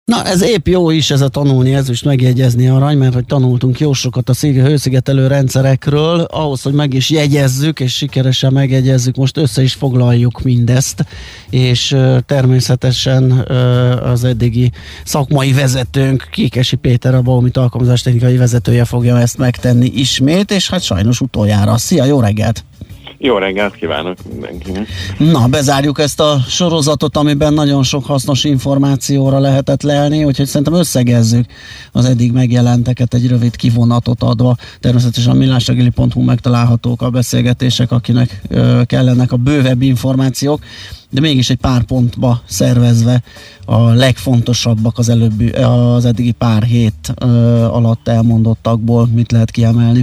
Na, ez épp jó is, ez a tanulni, ez is megjegyezni arany, mert hogy tanultunk jó sokat a hőszigetelő rendszerekről, ahhoz, hogy meg is jegyezzük, és sikeresen megjegyezzük, most össze is foglaljuk mindezt, és természetesen az eddigi szakmai vezetőnk, Kékesi Péter, a Baumit alkalmazástechnikai vezetője fogja ezt megtenni ismét, és hát sajnos utoljára. Szia, jó reggelt! Jó reggelt kívánok mindenkinek! Na, bezárjuk ezt a sorozatot, amiben nagyon sok hasznos információra lehetett lelni, úgyhogy szerintem összegezzük az eddig megjelenteket egy rövid kivonatot adva. Természetesen a millásreggeli.hu megtalálhatók a beszélgetések, akinek kellenek a bővebb információk, de mégis egy pár pontba szervezve a legfontosabbak az eddigi pár hét alatt elmondottakból mit lehet kiemelni.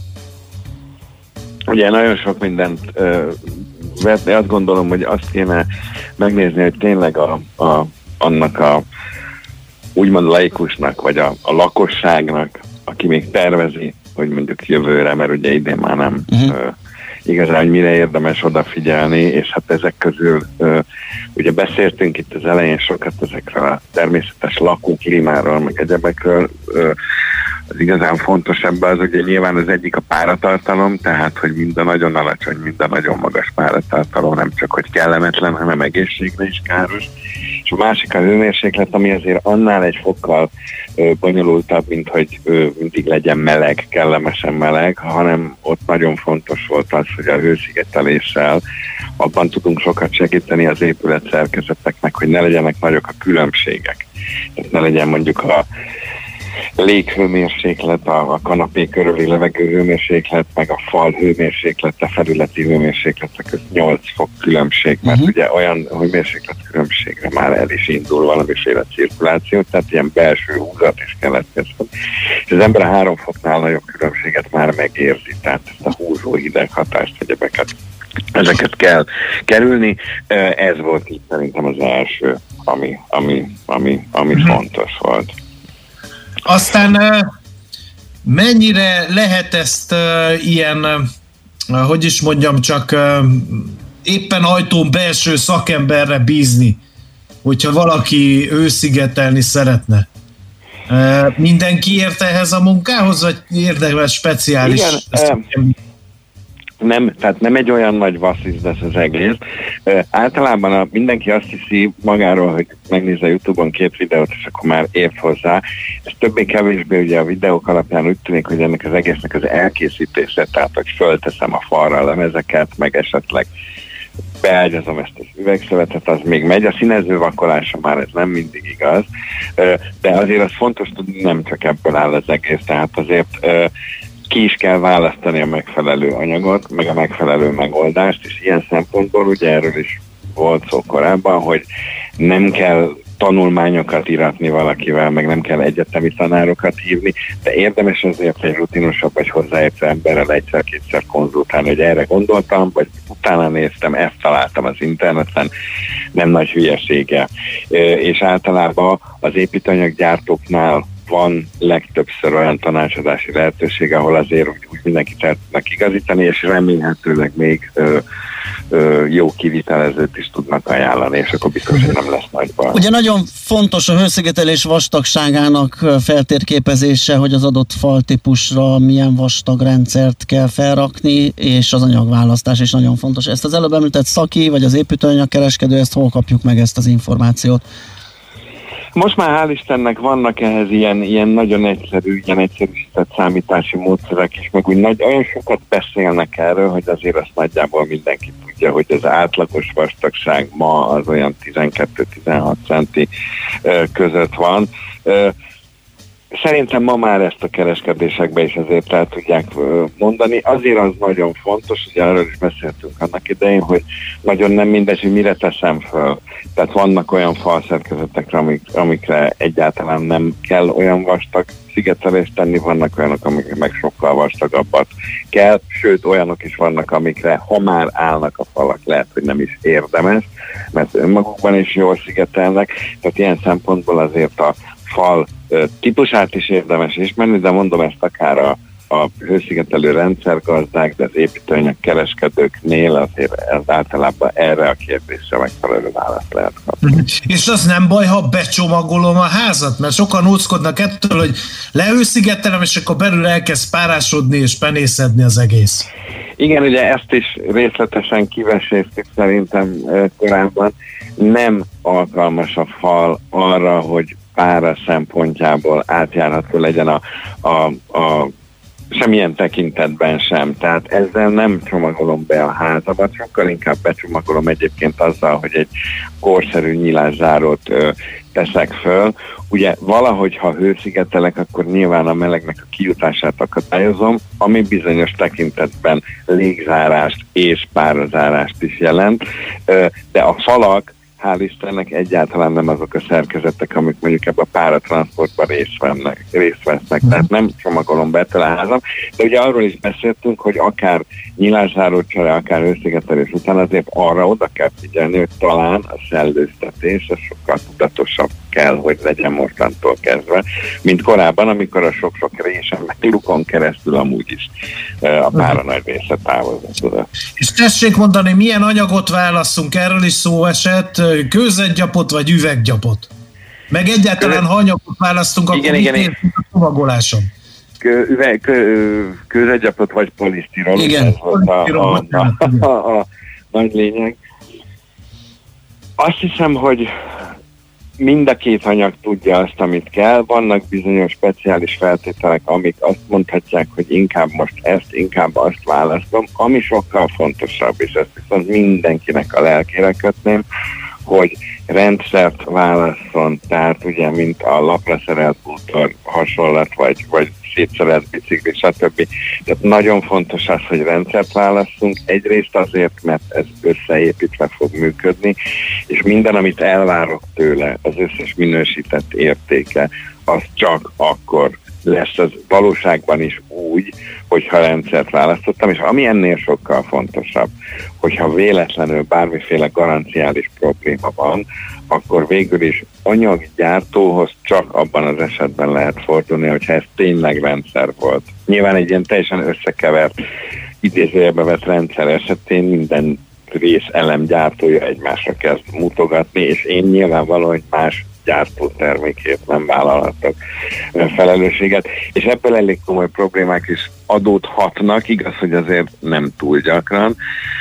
Ugye nagyon sok mindent vetni, azt gondolom, hogy azt kéne megnézni, hogy tényleg annak a úgymond laikusnak, vagy a lakosságnak, aki még tervezi, hogy mondjuk jövőre, mert ugye idén már nem igazán, hogy mire érdemes odafigyelni, és hát ezek közül ugye beszéltünk itt az elején sokat ezekről a természetes lakóklímáról, meg egyebekről. Az igazán fontos ebben az, hogy nyilván az egyik a páratartalom, tehát hogy mind a nagyon alacsony, mind a nagyon magas páratartalom nem csak hogy kellemetlen, hanem egészségre is káros. És a másik a hőmérséklet, ami azért annál egy fokkal bonyolultabb, mint hogy mindig legyen meleg, kellemesen meleg, hanem ott nagyon fontos volt az, hogy a hőszigeteléssel abban tudunk sokat segíteni az épületszerkezeteknek, hogy ne legyenek nagyok a különbségek. Tehát ne legyen mondjuk a léghőmérséklet, a kanapé körüli levegő hőmérséklet, meg a fal hőmérséklete, felületi hőmérséklete között 8 fok különbség, mert ugye olyan hőmérséklet különbségre már el is indul valamiféle cirkuláció, tehát ilyen belső húzat is keletkezhet. És az ember a 3 foknál nagyobb különbséget már megérzi, tehát ezt a húzó hideg hatást, ezeket kell kerülni. Ez volt itt szerintem az első, ami fontos volt. Aztán mennyire lehet ezt ilyen, hogy is mondjam, csak éppen ajtón belső szakemberre bízni, hogyha valaki őszigetelni szeretne? Mindenki ért ehhez a munkához, vagy érdemes speciális? Igen, nem, tehát nem egy olyan nagy vasszis lesz az egész. Általában mindenki azt hiszi magáról, hogy megnézze YouTube-on 2 videót, és akkor már ért hozzá. Ez többé-kevésbé ugye a videók alapján úgy tűnik, hogy ennek az egésznek az elkészítése, tehát hogy fölteszem a falra a lemezeket, meg esetleg beágyazom ezt az üvegszövetet, az még megy. A színező vakolása már ez nem mindig igaz, de azért az fontos tudni, nem csak ebből áll az egész, tehát azért ki is kell választani a megfelelő anyagot, meg a megfelelő megoldást, és ilyen szempontból ugye erről is volt szó korábban, hogy nem kell tanulmányokat íratni valakivel, meg nem kell egyetemi tanárokat hívni, de érdemes azért egy rutinosabb vagy hozzáértő emberrel egyszer-kétszer konzultálni, hogy erre gondoltam, vagy utána néztem, ezt találtam az interneten, nem nagy hülyesége. És általában az építőanyaggyártóknál van legtöbbször olyan tanácsadási lehetőség, ahol azért úgy mindenkit el tudnak igazítani, és remélhetőleg még jó kivitelezőt is tudnak ajánlani, és akkor biztos, hogy nem lesz nagy baj. Ugye nagyon fontos a hőszigetelés vastagságának feltérképezése, hogy az adott faltípusra milyen vastag rendszert kell felrakni, és az anyagválasztás is nagyon fontos. Ezt az előbb említett szaki, vagy az építőanyagkereskedő, ezt hol kapjuk meg ezt az információt? Most már hál' Istennek vannak ehhez ilyen nagyon egyszerű, ilyen egyszerűsített számítási módszerek is, meg úgy olyan sokat beszélnek erről, hogy azért azt nagyjából mindenki tudja, hogy az átlagos vastagság ma az olyan 12-16 centi között van. Szerintem ma már ezt a kereskedésekben is azért el tudják mondani. Azért az nagyon fontos, hogy erről is beszéltünk annak idején, hogy nagyon nem mindegy, hogy mire teszem föl. Tehát vannak olyan falszerkezetekre, amikre egyáltalán nem kell olyan vastag szigetelést tenni, vannak olyanok, amikre meg sokkal vastagabbat kell, sőt olyanok is vannak, amikre ha már állnak a falak, lehet, hogy nem is érdemes, mert önmagukban is jól szigetelnek, tehát ilyen szempontból azért a fal típusát is érdemes ismerni, de mondom ezt akár a hőszigetelő rendszergazdák, de az építőanyag kereskedőknél azért ez általában erre a kérdésre megfelelő választ lehet kapni. És az nem baj, ha becsomagolom a házat? Mert sokan óckodnak ettől, hogy lehőszigetelem, és akkor belül elkezd párásodni és penészedni az egész. Igen, ugye ezt is részletesen kiveséztük szerintem korábban. Nem alkalmas a fal arra, hogy pára szempontjából átjárható legyen a semmilyen tekintetben sem. Tehát ezzel nem csomagolom be a házamat, sokkal inkább becsomagolom egyébként azzal, hogy egy korszerű nyilászárót teszek föl. Ugye valahogy, ha hőszigetelek, akkor nyilván a melegnek a kijutását akadályozom, ami bizonyos tekintetben légzárást és párazárást is jelent, de a falak hál' Istennek egyáltalán nem azok a szerkezetek, amik mondjuk ebben a páratranszportban részt vesznek. Tehát nem csomagolom be a házam, de ugye arról is beszéltünk, hogy akár nyilászárócsere, akár hőszigetelés után azért arra oda kell figyelni, hogy talán a szellőztetés az sokkal tudatosabb kell, hogy legyen mostantól kezdve, mint korábban, amikor a sok-sok résen, meg lukon keresztül amúgy is a pára nagy része távozott. És tessék mondani, milyen anyagot válasszunk, erről is szó esett, kőzetgyapot vagy üveggyapot? Meg egyáltalán ha anyagot választunk, akkor mit értünk a csomagoláson? Kőzetgyapot vagy polisztirol, ez volt a nagy lényeg. Azt hiszem, hogy mind a két anyag tudja azt, amit kell. Vannak bizonyos speciális feltételek, amik azt mondhatják, hogy inkább most ezt, inkább azt választom. Ami sokkal fontosabb, és ezt viszont mindenkinek a lelkére kötném, hogy rendszert válasszon, tehát ugye, mint a lapra szerelt bútor hasonlat, vagy szétszerelt bicikli, stb. Tehát nagyon fontos az, hogy rendszert válasszunk. Egyrészt azért, mert ez összeépítve fog működni, és minden, amit elvárok tőle, az összes minősített értéke, az csak akkor lesz az valóságban is úgy, hogyha rendszert választottam, és ami ennél sokkal fontosabb, hogyha véletlenül bármiféle garanciális probléma van, akkor végül is anyaggyártóhoz csak abban az esetben lehet fordulni, hogyha ez tényleg rendszer volt. Nyilván egy ilyen teljesen összekevert, idézőjelbe vett rendszer esetén minden részelem gyártója egymásra kezd mutogatni, és én nyilvánvalóan más gyártótermékért nem vállalhatok felelősséget, és ebből elég komoly problémák is adódhatnak, igaz, hogy azért nem túl gyakran.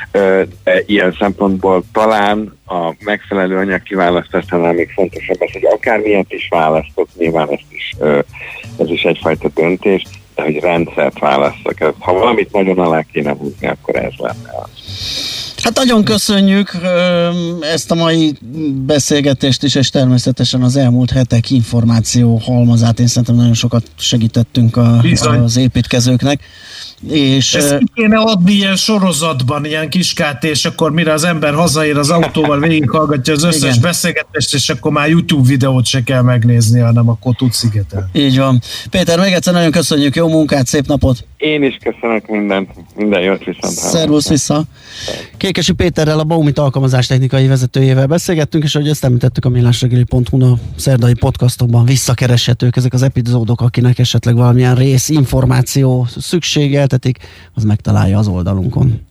Ilyen szempontból talán a megfelelő anyag kiválasztásánál még fontosabb az, hogy akármilyet is választok, nyilván ez is egyfajta döntés, de hogy rendszert választok. Ha valamit nagyon alá kéne húzni, akkor ez lenne az. Hát nagyon köszönjük ezt a mai beszélgetést is, és természetesen az elmúlt hetek információ halmazát. Én szerintem nagyon sokat segítettünk az építkezőknek. És ezt ki kéne adni ilyen sorozatban, ilyen kiskát, és akkor mire az ember hazaér az autóval, végighallgatja az összes beszélgetést, és akkor már YouTube videót se kell megnézni, hanem akkor tud szigetelni. Így van. Péter, még egyszer nagyon köszönjük, jó munkát, szép napot! Én is köszönök minden jót, viszont szervusz vissza! Kékesi Péterrel, a Baumit alkalmazás technikai vezetőjével beszélgettünk, és ahogy ezt említettük, a millásreggeli.hu-n a szerdai podcastokban visszakereshetők ezek az epizódok, akinek esetleg valamilyen információ szükségeltetik, az megtalálja az oldalunkon.